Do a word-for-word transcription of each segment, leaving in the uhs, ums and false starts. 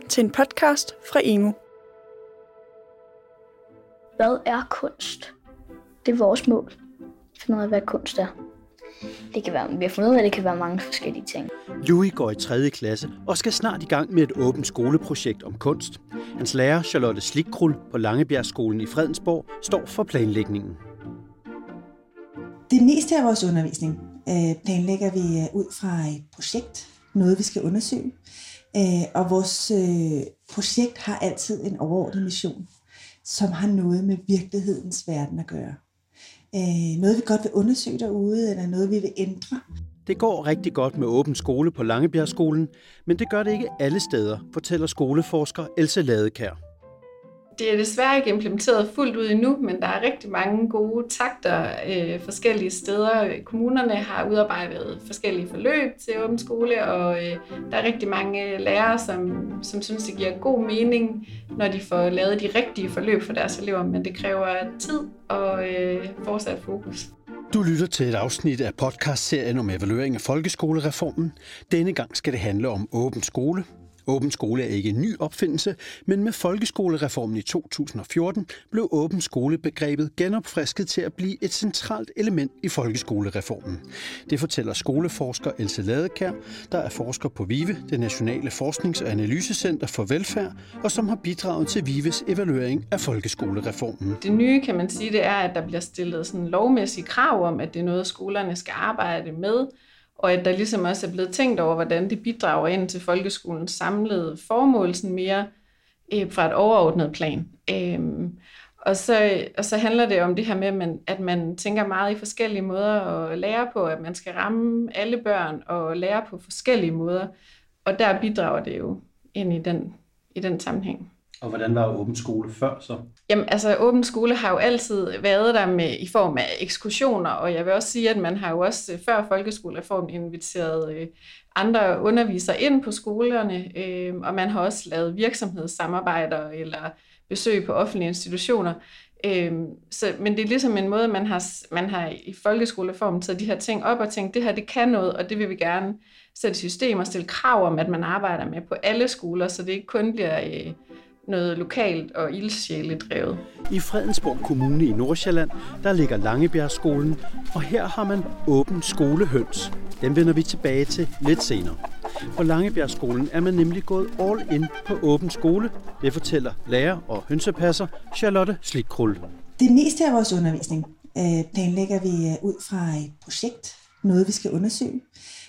til en podcast fra Emu. Hvad er kunst? Det er vores mål. Finde ud af, hvad kunst er. Det kan være, vi har fundet ud af, at det kan være mange forskellige ting. Louis går i tredje klasse og skal snart i gang med et åbent skoleprojekt om kunst. Hans lærer, Charlotte Slikkrul på Langebjergskolen i Fredensborg, står for planlægningen. Det meste af vores undervisning planlægger vi ud fra et projekt, noget vi skal undersøge. Og vores projekt har altid en overordnet mission, som har noget med virkelighedens verden at gøre. Noget vi godt vil undersøge derude, eller noget vi vil ændre. Det går rigtig godt med åben skole på Langebjergskolen, men det gør det ikke alle steder, fortæller skoleforsker Else Ladekær. Det er desværre ikke implementeret fuldt ud endnu, men der er rigtig mange gode takter øh, forskellige steder. Kommunerne har udarbejdet forskellige forløb til åben skole, og øh, der er rigtig mange lærere, som, som synes, det giver god mening, når de får lavet de rigtige forløb for deres elever, men det kræver tid og øh, fortsat fokus. Du lytter til et afsnit af podcastserien om evaluering af folkeskolereformen. Denne gang skal det handle om åben skole. Åben skole er ikke en ny opfindelse, men med folkeskolereformen i to tusind og fjorten blev åben skole-begrebet genopfrisket til at blive et centralt element i folkeskolereformen. Det fortæller skoleforsker Else Ladekær, der er forsker på VIVE, det Nationale Forsknings- og Analysecenter for Velfærd, og som har bidraget til VIVEs evaluering af folkeskolereformen. Det nye, kan man sige, det er, at der bliver stillet sådan lovmæssige krav om, at det er noget, skolerne skal arbejde med, og at der ligesom også er blevet tænkt over, hvordan det bidrager ind til folkeskolens samlede formål, sådan mere øh, fra et overordnet plan. Øhm, og, så, og så handler det om det her med, at man, at man tænker meget i forskellige måder at lære på, at man skal ramme alle børn og lære på forskellige måder. Og der bidrager det jo ind i den, i den sammenhæng. Og hvordan var åben skole før så? Jamen, altså åben skole har jo altid været der med, i form af ekskursioner, og jeg vil også sige, at man har jo også før folkeskolereformen inviteret øh, andre undervisere ind på skolerne, øh, og man har også lavet virksomhedssamarbejder eller besøg på offentlige institutioner. Øh, så, men det er ligesom en måde, man har, man har i folkeskolereformen taget de her ting op og tænkt, det her det kan noget, og det vil vi gerne sætte system og stille krav om, at man arbejder med på alle skoler, så det ikke kun bliver Øh, noget lokalt og ildsjæligt drevet. I Fredensborg Kommune i Nordsjælland, der ligger Langebjergskolen, og her har man åben skolehøns. Den vender vi tilbage til lidt senere. På Langebjergskolen er man nemlig gået all in på åben skole. Det fortæller lærer og hønsepasser Charlotte Slikkrul. Det meste af vores undervisning planlægger vi ud fra et projekt, noget vi skal undersøge.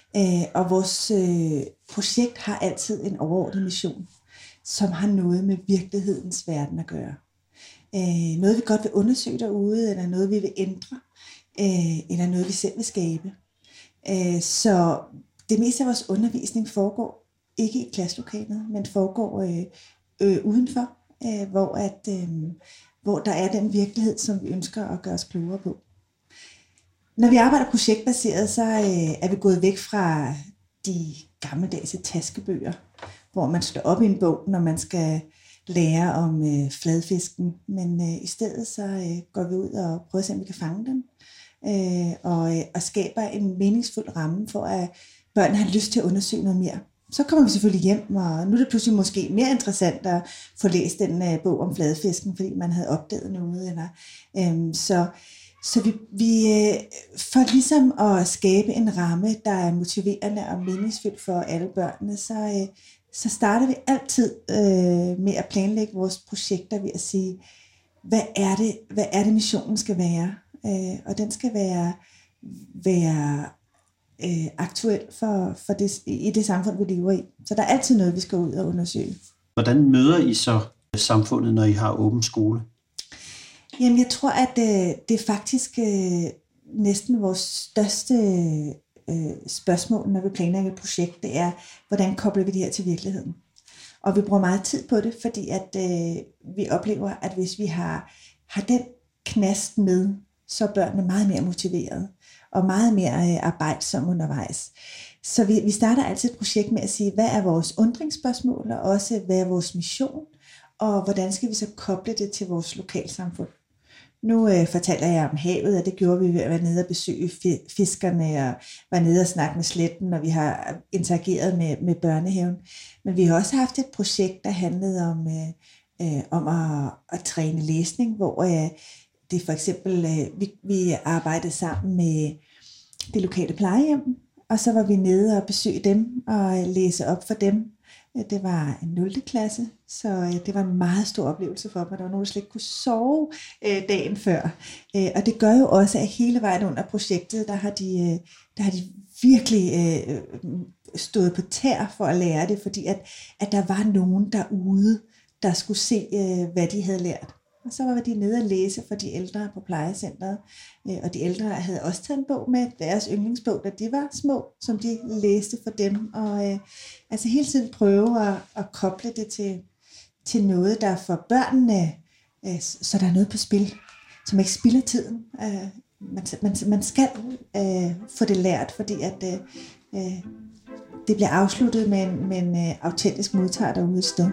Og vores projekt har altid en overordnet mission, som har noget med virkelighedens verden at gøre. Øh, noget vi godt vil undersøge derude, eller noget vi vil ændre, øh, eller noget vi selv vil skabe. Øh, så det meste af vores undervisning foregår ikke i klasselokalet, men foregår øh, øh, udenfor, øh, hvor, at, øh, hvor der er den virkelighed, som vi ønsker at gøre os klogere på. Når vi arbejder projektbaseret, så øh, er vi gået væk fra de gammeldags taskebøger, hvor man slår op i en bog, når man skal lære om øh, fladfisken. Men øh, i stedet så øh, går vi ud og prøver at se, om vi kan fange den. Øh, og, øh, og skaber en meningsfuld ramme for, at børnene har lyst til at undersøge noget mere. Så kommer vi selvfølgelig hjem, og nu er det pludselig måske mere interessant at få læst den øh, bog om fladfisken, fordi man havde opdaget noget. Eller, øh, så så vi, vi øh, for ligesom at skabe en ramme, der er motiverende og meningsfyldt for alle børnene, så... Øh, så starter vi altid øh, med at planlægge vores projekter ved at sige, hvad er det, hvad er det missionen skal være? Øh, og den skal være, være øh, aktuel for, for det, i det samfund, vi lever i. Så der er altid noget, vi skal ud og undersøge. Hvordan møder I så samfundet, når I har åben skole? Jamen, jeg tror, at øh, det er faktisk øh, næsten vores største spørgsmål, når vi planlægger et projekt, det er, hvordan kobler vi det her til virkeligheden? Og vi bruger meget tid på det, fordi at øh, vi oplever, at hvis vi har, har den knast med, så er børnene meget mere motiverede og meget mere øh, arbejdsomme undervejs. Så vi, vi starter altid et projekt med at sige, hvad er vores undringsspørgsmål, og også hvad er vores mission, og hvordan skal vi så koble det til vores lokalsamfund? Nu øh, fortæller jeg om havet, og det gjorde vi ved at være nede og besøge fiskerne, og være nede og snakke med sletten, og vi har interageret med, med børnehaven. Men vi har også haft et projekt, der handlede om, øh, øh, om at, at træne læsning, hvor øh, det for eksempel, øh, vi, vi arbejdede sammen med det lokale plejehjem, og så var vi nede og besøge dem og læse op for dem. Det var en nul klasse, så det var en meget stor oplevelse for mig. Der var nogen, der slet ikke kunne sove øh, dagen før. Øh, og det gør jo også, at hele vejen under projektet, der har de, øh, der har de virkelig øh, stået på tær for at lære det, fordi at, at der var nogen derude, der skulle se, øh, hvad de havde lært. Og så var de nede og læse for de ældre på plejecentret. Og de ældre havde også taget en bog med, deres yndlingsbog, da de var små, som de læste for dem. Og øh, altså hele tiden prøve at, at koble det til, til noget, der for børnene, øh, så der er noget på spil, som ikke spilder tiden. Øh, man, man, man skal øh, få det lært, fordi at øh, øh, det bliver afsluttet med en, med en øh, autentisk modtager derude et sted.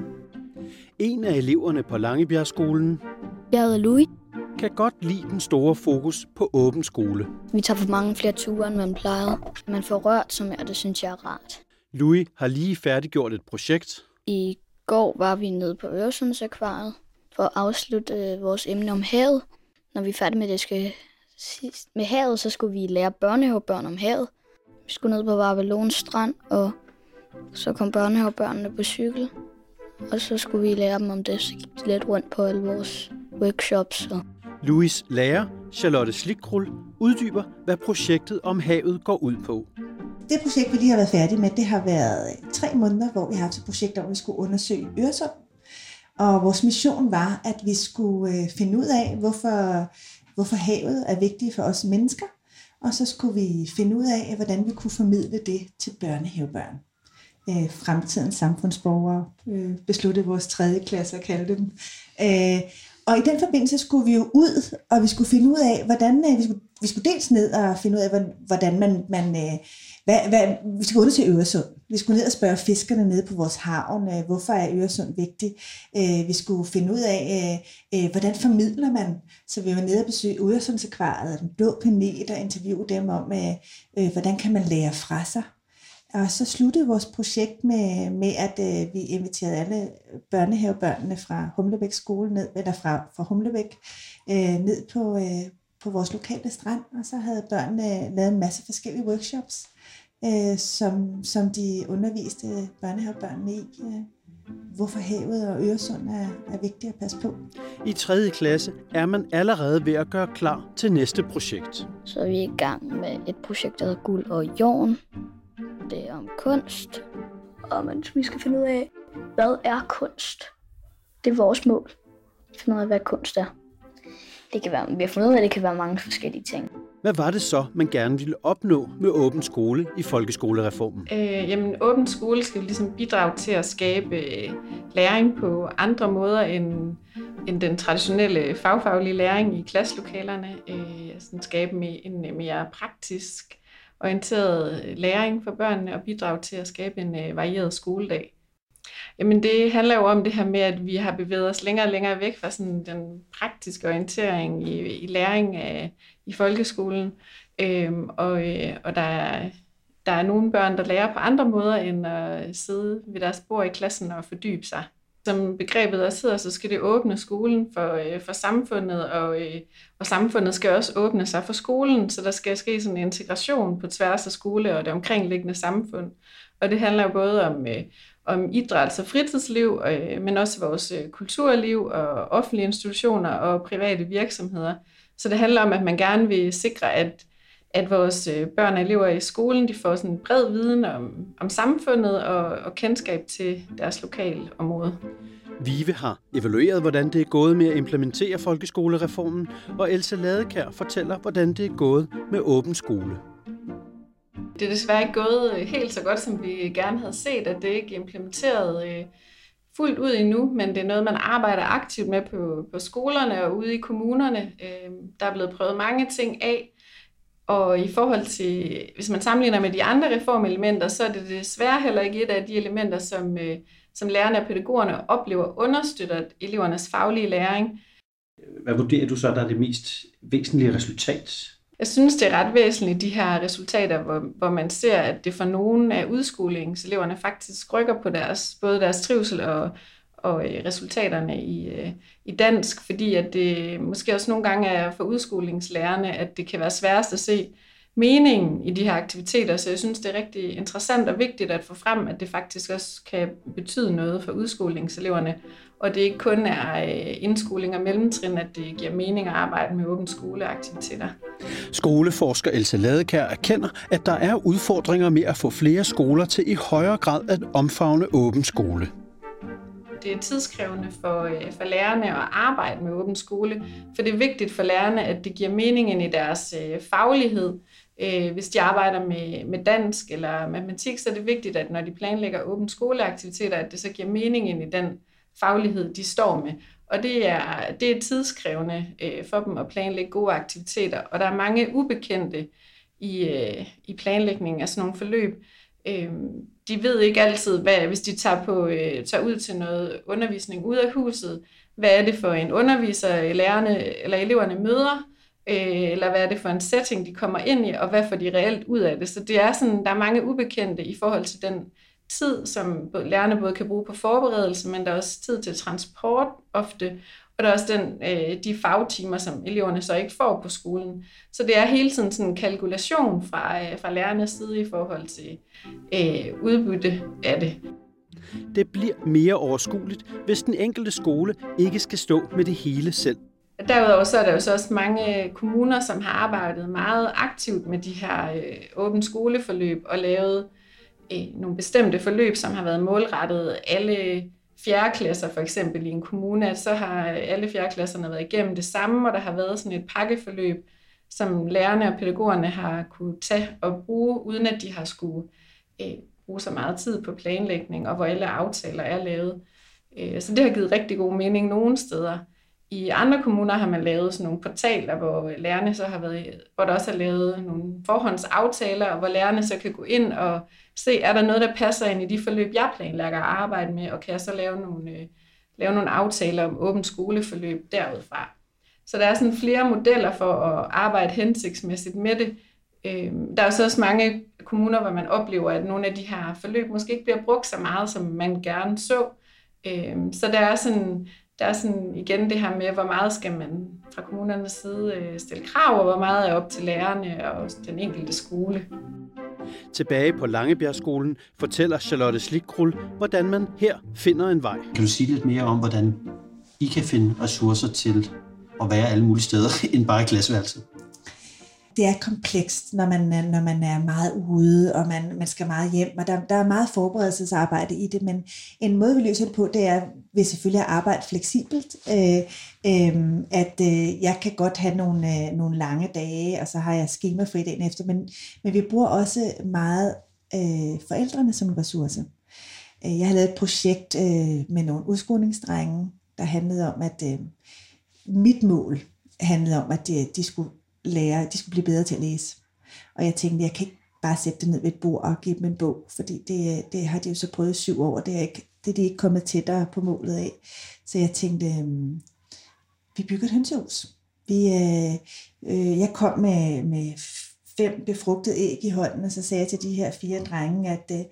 En af eleverne på Langebjergskolen, Jeg hedder Louis. kan godt lide den store fokus på åben skole. Vi tager for mange flere ture, end man plejede. Man får rørt så mere, det synes jeg er rart. Louis har lige færdiggjort et projekt. I går var vi nede på Øresundsakvariet for at afslutte øh, vores emne om havet. Når vi er færdige med det skal, med havet, så skulle vi lære børnehavebørn om havet. Vi skulle ned på Varvelåns strand, og så kom børnehavebørnene på cykel. Og så skulle vi lære dem om det, så gik de lidt rundt på alle vores workshops. Og Louis' lærer, Charlotte Slikrull, uddyber, hvad projektet om havet går ud på. Det projekt, vi lige har været færdige med, det har været tre måneder, hvor vi har haft et projekt, hvor vi skulle undersøge Øresund. Og vores mission var, at vi skulle finde ud af, hvorfor, hvorfor havet er vigtigt for os mennesker. Og så skulle vi finde ud af, hvordan vi kunne formidle det til børnehavebørn. Øh, fremtidens samfundsborgere, øh, besluttede vores tredje klasse at kalde dem. Øh, og i den forbindelse skulle vi jo ud, og vi skulle finde ud af, hvordan øh, vi, skulle, vi skulle dels ned og finde ud af, hvordan man, man øh, hvad, hvad, vi skulle undersøge Øresund. Vi skulle ned og spørge fiskerne nede på vores havn, øh, hvorfor er Øresund vigtig. Øh, vi skulle finde ud af, øh, øh, hvordan formidler man. Så vi var nede og besøge Øresundsakvariet, den blå planet, og interviewe dem om, øh, øh, hvordan kan man lære fra sig. Og så sluttede vores projekt med, med at øh, vi inviterede alle børnehavebørnene fra Humlebæk skole ned, eller fra, fra Humlebæk øh, ned på, øh, på vores lokale strand, og så havde børnene lavet en masse forskellige workshops, øh, som, som de underviste børnehavebørnene i. Øh, hvorfor havet og Øresund er, er vigtigt at passe på. I tredje klasse er man allerede ved at gøre klar til næste projekt. så er vi i gang med et projekt, der hedder Guld og Jorden. Det er om kunst, og man, vi skal finde ud af, hvad er kunst? Det er vores mål. Finde ud af, hvad kunst er. Det kan være, vi har fundet ud af, at det kan være mange forskellige ting. Hvad var det så, man gerne ville opnå med åben skole i folkeskolereformen? Øh, jamen, åben skole skal ligesom bidrage til at skabe øh, læring på andre måder end, end den traditionelle fagfaglige læring i klasselokalerne. Øh, sådan skabe en mere praktisk orienteret læring for børnene og bidrage til at skabe en øh, varieret skoledag. Jamen det handler jo om det her med, at vi har bevæget os længere og længere væk fra sådan den praktiske orientering i, i læring af, i folkeskolen. Øhm, og øh, og der, er, der er nogle børn, der lærer på andre måder end at sidde ved deres bord i klassen og fordybe sig. Som begrebet også hedder, så skal det åbne skolen for, øh, for samfundet, og, øh, og samfundet skal også åbne sig for skolen, så der skal ske sådan en integration på tværs af skole og det omkringliggende samfund. Og det handler jo både om, øh, om idræts- og fritidsliv, øh, men også vores øh, kulturliv og offentlige institutioner og private virksomheder. Så det handler om, at man gerne vil sikre, at, at vores øh, børn og elever i skolen de får sådan en bred viden om, om samfundet og, og kendskab til deres lokale område. Vive har evalueret, hvordan det er gået med at implementere folkeskolereformen, og Else Ladekær fortæller, hvordan det er gået med åben skole. Det er desværre ikke gået helt så godt, som vi gerne havde set, at det ikke er implementeret øh, fuldt ud endnu, men det er noget, man arbejder aktivt med på, på skolerne og ude i kommunerne. Øh, der er blevet prøvet mange ting af, og i forhold til, hvis man sammenligner med de andre reformelementer, så er det desværre heller ikke et af de elementer, som, øh, som lærerne og pædagogerne oplever understøtter elevernes faglige læring. Hvad vurderer du så, der er det mest væsentlige resultat? Jeg synes, det er ret væsentligt, de her resultater, hvor, hvor man ser, at det for nogle af udskolingseleverne faktisk rykker på deres, både deres trivsel og, og resultaterne i, i dansk, fordi at det måske også nogle gange er for udskolingslærerne, at det kan være sværest at se meningen i de her aktiviteter, så jeg synes, det er rigtig interessant og vigtigt at få frem, at det faktisk også kan betyde noget for udskolingseleverne, og det ikke kun er indskoling og mellemtrin, at det giver mening at arbejde med åben skoleaktiviteter. Skoleforsker Else Ladekær erkender, at der er udfordringer med at få flere skoler til i højere grad at omfavne åben skole. Det er tidskrævende for, for lærerne at arbejde med åben skole, for det er vigtigt for lærerne, at det giver mening ind i deres faglighed. Hvis de arbejder med, med dansk eller matematik, så er det vigtigt, at når de planlægger åben skoleaktiviteter, at det så giver mening ind i den faglighed, de står med. Og det er, det er tidskrævende for dem at planlægge gode aktiviteter, og der er mange ubekendte i, i planlægningen af sådan nogle forløb. De ved ikke altid, hvad, hvis de tager, på, tager ud til noget undervisning ud af huset, hvad er det for en underviser, lærerne eller eleverne møder, eller hvad er det for en setting, de kommer ind i, og hvad får de reelt ud af det. Så det er sådan, der er mange ubekendte i forhold til den tid, som lærerne både kan bruge på forberedelse, men der er også tid til transport ofte, og der er også den, de fagtimer, som eleverne så ikke får på skolen. Så det er hele tiden sådan en kalkulation fra, fra lærernes side i forhold til øh, udbytte af det. Det bliver mere overskueligt, hvis den enkelte skole ikke skal stå med det hele selv. Derudover så er der jo så også mange kommuner, som har arbejdet meget aktivt med de her øh, åbne skoleforløb og lavet øh, nogle bestemte forløb, som har været målrettet alle fjerde klasser for eksempel i en kommune, at så har alle fjerde klasserne været igennem det samme, og der har været sådan et pakkeforløb, som lærerne og pædagogerne har kunne tage og bruge, uden at de har skulle øh, bruge så meget tid på planlægning, og hvor alle aftaler er lavet. Øh, så det har givet rigtig god mening nogle steder. I andre kommuner har man lavet sådan nogle portaler, hvor lærerne så har været, hvor der også er lavet nogle forhåndsaftaler, og hvor lærerne så kan gå ind og se, er der noget, der passer ind i de forløb, jeg planlægger at arbejde med, og kan jeg så lave nogle, øh, lave nogle aftaler om åbent skoleforløb derudfra. Så der er sådan flere modeller for at arbejde hensigtsmæssigt med det. Øh, der er så også mange kommuner, hvor man oplever, at nogle af de her forløb måske ikke bliver brugt så meget, som man gerne så. Øh, så der er sådan... Der er sådan igen det her med, hvor meget skal man fra kommunernes side stille krav, og hvor meget er op til lærerne og den enkelte skole. Tilbage på Langebjergskolen fortæller Charlotte Slikkrul, hvordan man her finder en vej. Kan du sige lidt mere om, hvordan I kan finde ressourcer til at være alle mulige steder end bare i klasseværelset? Det er komplekst, når man, når man er meget ude, og man, man skal meget hjem, og der, der er meget forberedelsesarbejde i det, men en måde, vi løser det på, det er ved selvfølgelig at arbejde fleksibelt, øh, øh, at øh, jeg kan godt have nogle, øh, nogle lange dage, og så har jeg skemafri dagen efter, men, men vi bruger også meget øh, forældrene som en ressource. Jeg har lavet et projekt øh, med nogle udskolingsdrenge, der handlede om, at øh, mit mål handlede om, at de, de skulle lære, de skulle blive bedre til at læse. Og jeg tænkte, jeg kan ikke bare sætte det ned ved et bord og give dem en bog, fordi det, det har de jo så prøvet syv år, og det er, ikke, det er de ikke kommet tættere på målet af. Så jeg tænkte, øh, vi bygger et hønsehus. Vi, øh, øh, jeg kom med, med fem befrugtede æg i hånden, og så sagde jeg til de her fire drenge, at øh,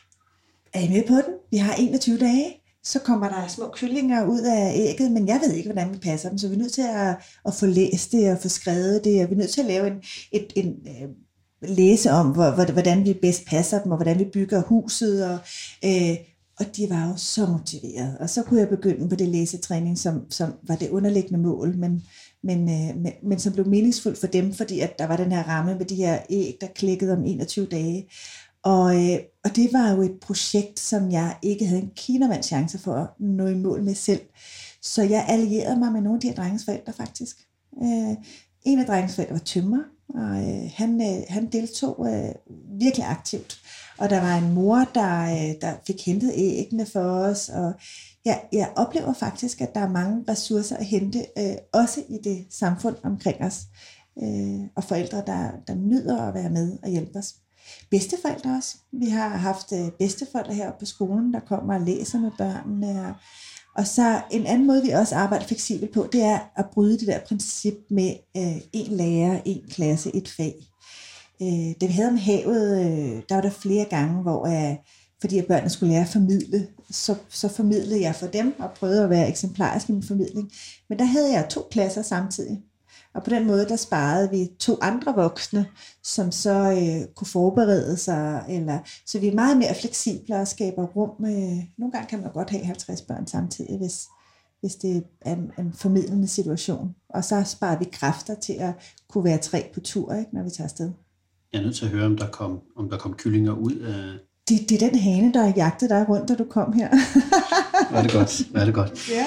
er I med på den? Vi har enogtyve dage. Så kommer der små kyllinger ud af ægget, men jeg ved ikke, hvordan vi passer dem, så vi er nødt til at, at få læst det og få skrevet det, og vi er nødt til at lave en, et, en, en læse om, hvor, hvordan vi bedst passer dem, og hvordan vi bygger huset, og, øh, og de var jo så motiverede. Og så kunne jeg begynde på det læsetræning, som, som var det underliggende mål, men, men, øh, men, men som blev meningsfuldt for dem, fordi at der var den her ramme med de her æg, der klikkede om enogtyve dage. Og, øh, og det var jo et projekt, som jeg ikke havde en kinamands chance for at nå i mål med selv. Så jeg allierede mig med nogle af de her drengens forældre faktisk. Øh, en af drengens forældre var tømrer, og øh, han, øh, han deltog øh, virkelig aktivt. Og der var en mor, der, øh, der fik hentet æggene for os. Og jeg, jeg oplever faktisk, at der er mange ressourcer at hente, øh, også i det samfund omkring os. Øh, og forældre, der, der nyder at være med og hjælpe os. Bedsteforældre også. Vi har haft bedsteforældre heroppe på skolen, der kommer og læser med børnene, og Og så en anden måde, vi også arbejder fleksibelt på, det er at bryde det der princip med øh, en lærer, en klasse, et fag. Øh, det vi havde om havet, øh, der var der flere gange, hvor øh, fordi at børnene skulle lære at formidle, så, så formidlede jeg for dem og prøvede at være eksemplarisk i min formidling. Men der havde jeg to klasser samtidig. Og på den måde, der sparede vi to andre voksne, som så øh, kunne forberede sig. Eller, så vi er meget mere fleksible og skaber rum. Øh, nogle gange kan man godt have halvtreds børn samtidig, hvis, hvis det er en, en formidlende situation. Og så sparer vi kræfter til at kunne være tre på tur, ikke, når vi tager afsted. Jeg er nødt til at høre, om der kom, om der kom kyllinger ud af... Det, det er den hane, der jagtede dig rundt, da du kom her. Var det godt, var det godt. Ja.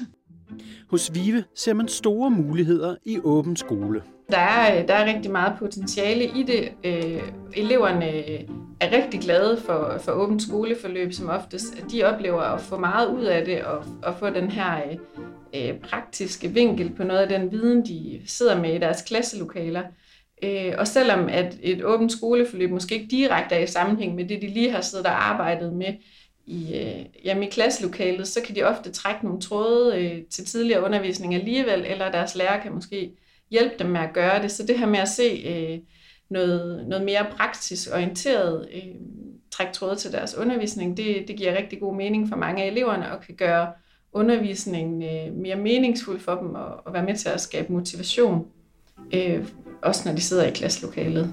Hos Vive ser man store muligheder i åben skole. Der er, der er rigtig meget potentiale i det. Øh, eleverne er rigtig glade for, for åbent skoleforløb, som oftest. De oplever at få meget ud af det og, og få den her øh, praktiske vinkel på noget af den viden, de sidder med i deres klasselokaler. Øh, og selvom at et åbent skoleforløb måske ikke direkte er i sammenhæng med det, de lige har siddet og arbejdet med i, øh, jamen i klasselokalet, så kan de ofte trække nogle tråde øh, til tidligere undervisning alligevel, eller deres lærer kan måske hjælpe dem med at gøre det. Så det her med at se øh, noget, noget mere praktisk orienteret øh, trække tråde til deres undervisning, det, det giver rigtig god mening for mange af eleverne og kan gøre undervisningen øh, mere meningsfuld for dem og, og være med til at skabe motivation, øh, også når de sidder i klasselokalet.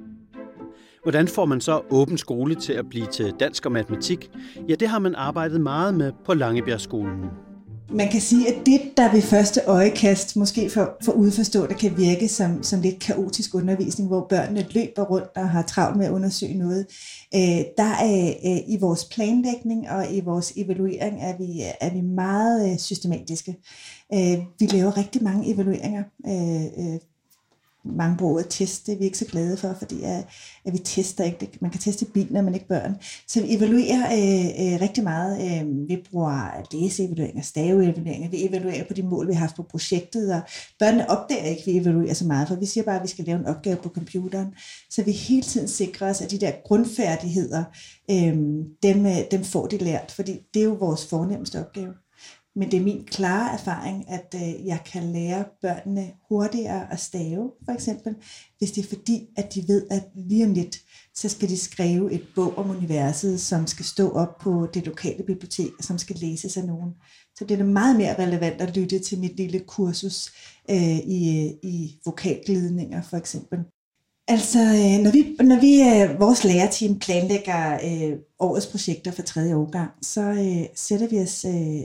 Hvordan får man så åben skole til at blive til dansk og matematik? Ja, det har man arbejdet meget med på Langebjergskolen. Man kan sige, at det, der ved første øjekast måske for, for udforstående kan virke som, som lidt kaotisk undervisning, hvor børnene løber rundt og har travlt med at undersøge noget, øh, der er øh, i vores planlægning og i vores evaluering er vi, er vi meget øh, systematiske. Øh, vi laver rigtig mange evalueringer. Øh, øh, mange bruger ordet test, det er vi ikke så glade for, fordi at, at vi tester ikke. Man kan teste biler, men ikke børn. Så vi evaluerer øh, øh, rigtig meget. Øh, vi bruger læseevalueringer, staveevalueringer, vi evaluerer på de mål, vi har haft på projektet, og børnene opdager ikke, at vi evaluerer så meget, for vi siger bare, at vi skal lave en opgave på computeren. Så vi hele tiden sikrer os, at de der grundfærdigheder, øh, dem, dem får de lært, fordi det er jo vores fornemmeste opgave. Men det er min klare erfaring, at øh, jeg kan lære børnene hurtigere at stave, for eksempel, hvis det er fordi, at de ved, at lige om lidt, så skal de skrive et bog om universet, som skal stå op på det lokale bibliotek, og som skal læses af nogen. Så det er meget mere relevant at lytte til mit lille kursus øh, i, i vokalglidninger, for eksempel. Altså, øh, når vi, når vi øh, vores lærerteam planlægger øh, årets projekter for tredje årgang, så øh, sætter vi os... Øh,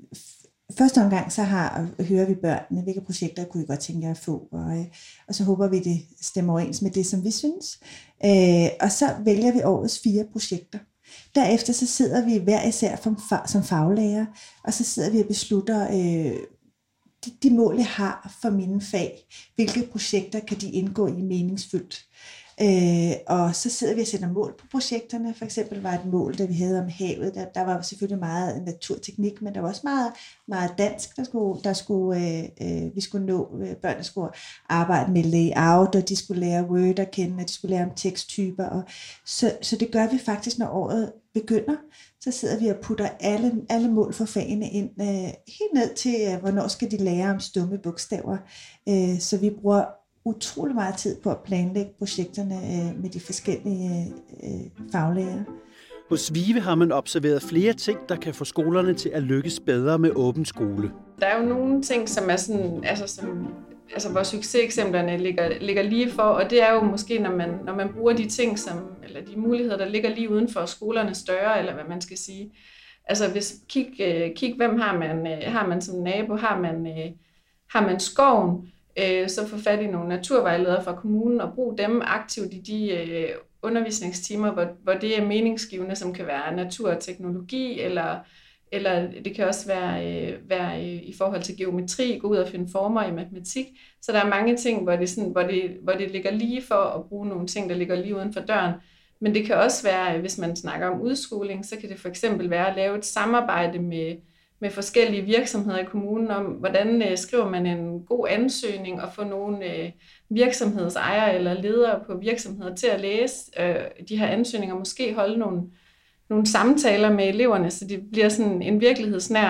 Første omgang så har, hører vi børnene, hvilke projekter kunne I godt tænke jer at få, og, øh, og så håber vi, det stemmer overens med det, som vi synes. Øh, og så vælger vi årets fire projekter. Derefter så sidder vi hver især som, som faglærer, og så sidder vi og beslutter øh, de, de mål, jeg har for mine fag. Hvilke projekter kan de indgå i meningsfyldt? Øh, og så sidder vi og sætter mål på projekterne. For eksempel var et mål, da vi havde om havet, der, der var selvfølgelig meget naturteknik, men der var også meget, meget dansk, der skulle, der skulle, øh, vi skulle nå, øh, børnene skulle arbejde med layout, og de skulle lære Word at kende, og de skulle lære om teksttyper, og så, så det gør vi faktisk, når året begynder. Så sidder vi og putter alle, alle mål for fagene ind, øh, helt ned til, øh, hvornår skal de lære om stumme bogstaver. Øh, så vi bruger utrolig meget tid på at planlægge projekterne øh, med de forskellige øh, faglærer. Hos Vive har man observeret flere ting, der kan få skolerne til at lykkes bedre med åben skole. Der er jo nogle ting, som er sådan, altså som, altså hvor succeseksemplerne ligger, ligger lige for, og det er jo måske, når man, når man bruger de ting, som, eller de muligheder, der ligger lige uden for skolerne større, eller hvad man skal sige. Altså hvis kig, kig hvem har man, har man som nabo, har man, har man skoven, så få fat i nogle naturvejledere fra kommunen og brug dem aktivt i de øh, undervisningstimer, hvor, hvor det er meningsgivende, som kan være natur og teknologi, eller, eller det kan også være, øh, være øh, i forhold til geometri, gå ud og finde former i matematik. Så der er mange ting, hvor det, sådan, hvor det, hvor det ligger lige for at bruge nogle ting, der ligger lige uden for døren. Men det kan også være, hvis man snakker om udskoling, så kan det for eksempel være at lave et samarbejde med med forskellige virksomheder i kommunen om, hvordan øh, skriver man en god ansøgning og få nogle øh, virksomhedsejere eller ledere på virksomheder til at læse øh, de her ansøgninger, måske holde nogle, nogle samtaler med eleverne, så det bliver sådan en virkelighedsnær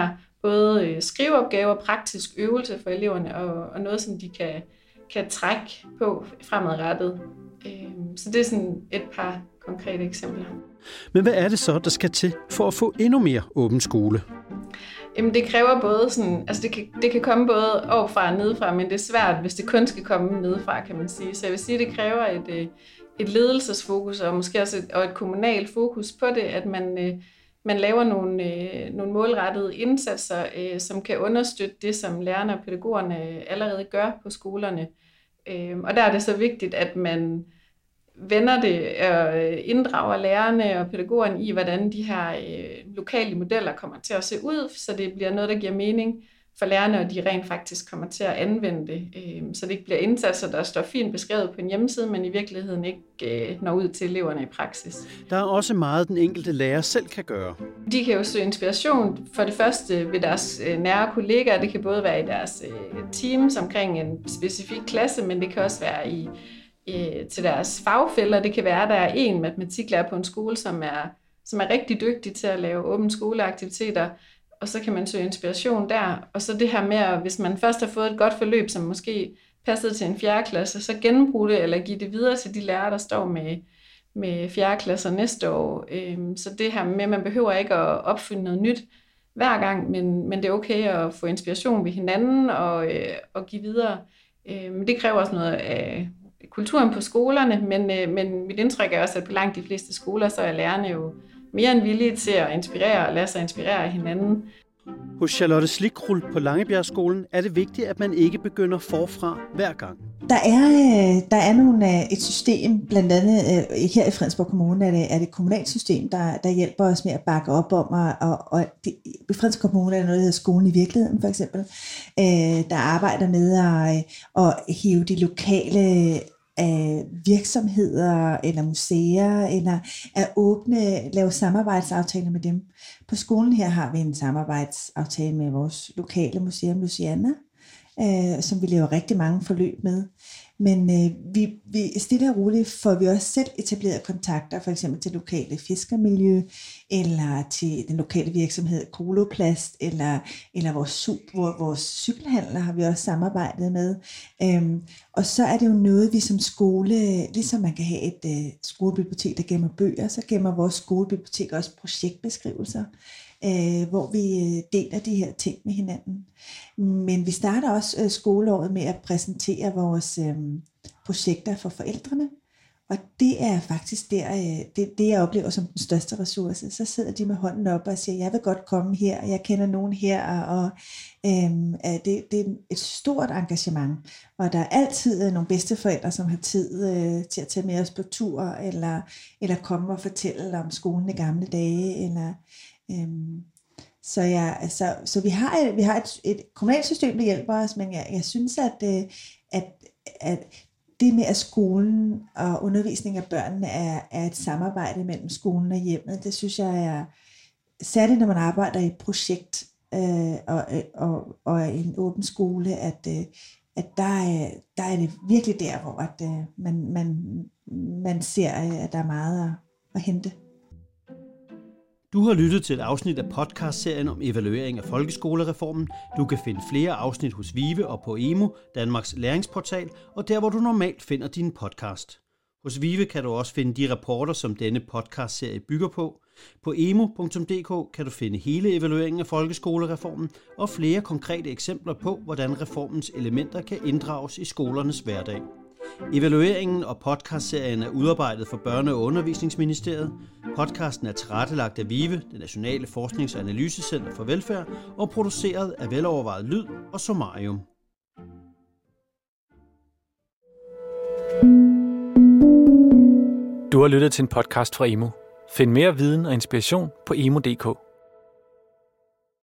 både øh, skriveopgaver, praktisk øvelse for eleverne, og, og noget, som de kan, kan trække på fremadrettet. Øh, så det er sådan et par konkrete eksempler. Men hvad er det så, der skal til for at få endnu mere åben skole? Jamen det kræver både sådan, altså det kan, det kan komme både overfra og nedefra, men det er svært, hvis det kun skal komme nedefra, kan man sige. Så jeg vil sige, at det kræver et, et ledelsesfokus, og måske også et, og et kommunalt fokus på det, at man, man laver nogle, nogle målrettede indsatser, som kan understøtte det, som lærerne og pædagogerne allerede gør på skolerne. Og der er det så vigtigt, at man vender det og inddrager lærerne og pædagogerne i, hvordan de her øh, lokale modeller kommer til at se ud, så det bliver noget, der giver mening for lærerne, og de rent faktisk kommer til at anvende det. Øh, så det ikke bliver indsatser, der står fint beskrevet på en hjemmeside, men i virkeligheden ikke øh, når ud til eleverne i praksis. Der er også meget, den enkelte lærer selv kan gøre. De kan jo søge inspiration for det første ved deres øh, nære kollegaer. Det kan både være i deres øh, teams omkring en specifik klasse, men det kan også være i til deres fagfælder. Det kan være, at der er en matematiklærer på en skole, som er, som er rigtig dygtig til at lave åbne skoleaktiviteter, og så kan man søge inspiration der. Og så det her med, at hvis man først har fået et godt forløb, som måske passede til en fjerde klasse, så genbruge det, eller give det videre til de lærere, der står med, med fjerde klasser næste år. Så det her med, at man behøver ikke at opfinde noget nyt hver gang, men, men det er okay at få inspiration ved hinanden og, og give videre. Men det kræver også noget af kulturen på skolerne, men, men mit indtryk er også, at på langt de fleste skoler, så er lærerne jo mere end villige til at inspirere og lade sig inspirere af hinanden. Hos Charlotte Slikrull på Langebjergskolen er det vigtigt, at man ikke begynder forfra hver gang. Der er, der er nogle, et system, blandt andet her i Fredensborg Kommune, er det, er det et kommunalt system, der, der hjælper os med at bakke op om, og, og, og det, i Fredensborg Kommune er der noget, der hedder Skolen i Virkeligheden, for eksempel, der arbejder med at, at hive de lokale af virksomheder eller museer, eller at åbne, lave samarbejdsaftaler med dem. På skolen her har vi en samarbejdsaftale med vores lokale museum Luciana, øh, som vi laver rigtig mange forløb med. Men øh, vi, vi stille og roligt får vi også selv etableret kontakter, for eksempel til lokale fiskermiljø, eller til den lokale virksomhed Koloplast, eller, eller vores, vores cykelhandler har vi også samarbejdet med. Øhm, og så er det jo noget, vi som skole, ligesom man kan have et øh, skolebibliotek, der gemmer bøger, så gemmer vores skolebibliotek også projektbeskrivelser, øh, hvor vi deler de her ting med hinanden. Men vi starter også øh, skoleåret med at præsentere vores øh, projekter for forældrene, og det er faktisk der, øh, det, det, jeg oplever som den største ressource. Så sidder de med hånden op og siger, jeg vil godt komme her, og jeg kender nogen her, og øh, det, det er et stort engagement, og der er altid nogle bedsteforældre, som har tid øh, til at tage med os på tur, eller, eller komme og fortælle om skolen i gamle dage, eller øh, Så, ja, altså, så vi har, vi har et, et kommunalt system, der hjælper os, men jeg, jeg synes, at, at, at det med, at skolen og undervisning af børnene er, er et samarbejde mellem skolen og hjemmet, det synes jeg er særligt, når man arbejder i et projekt øh, og, og, og en åben skole, at, at der, er, der er det virkelig der, hvor at, man, man, man ser, at der er meget at, at hente. Du har lyttet til et afsnit af podcastserien om evaluering af folkeskolereformen. Du kan finde flere afsnit hos Vive og på Emu, Danmarks læringsportal, og der hvor du normalt finder din podcast. Hos Vive kan du også finde de rapporter, som denne podcastserie bygger på. På emu punktum d k kan du finde hele evalueringen af folkeskolereformen og flere konkrete eksempler på, hvordan reformens elementer kan inddrages i skolernes hverdag. Evalueringen og podcastserien er udarbejdet for Børne- og Undervisningsministeriet. Podcasten er tilrettelagt af Vive, det nationale forsknings- og analysecenter for velfærd, og produceret af Velovervejet Lyd og Somarium. Du har lyttet til en podcast fra Emu. Find mere viden og inspiration på emu punktum d k.